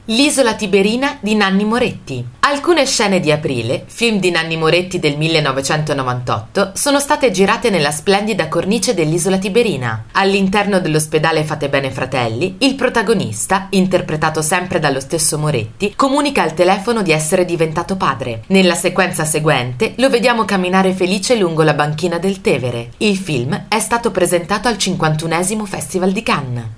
L'isola Tiberina di Nanni Moretti. Alcune scene di Aprile, film di Nanni Moretti del 1998, sono state girate nella splendida cornice dell'isola Tiberina. All'interno dell'ospedale Fatebenefratelli, Fratelli, il protagonista, interpretato sempre dallo stesso Moretti, comunica al telefono di essere diventato padre. Nella sequenza seguente lo vediamo camminare felice lungo la banchina del Tevere. Il film è stato presentato al 51esimo Festival di Cannes.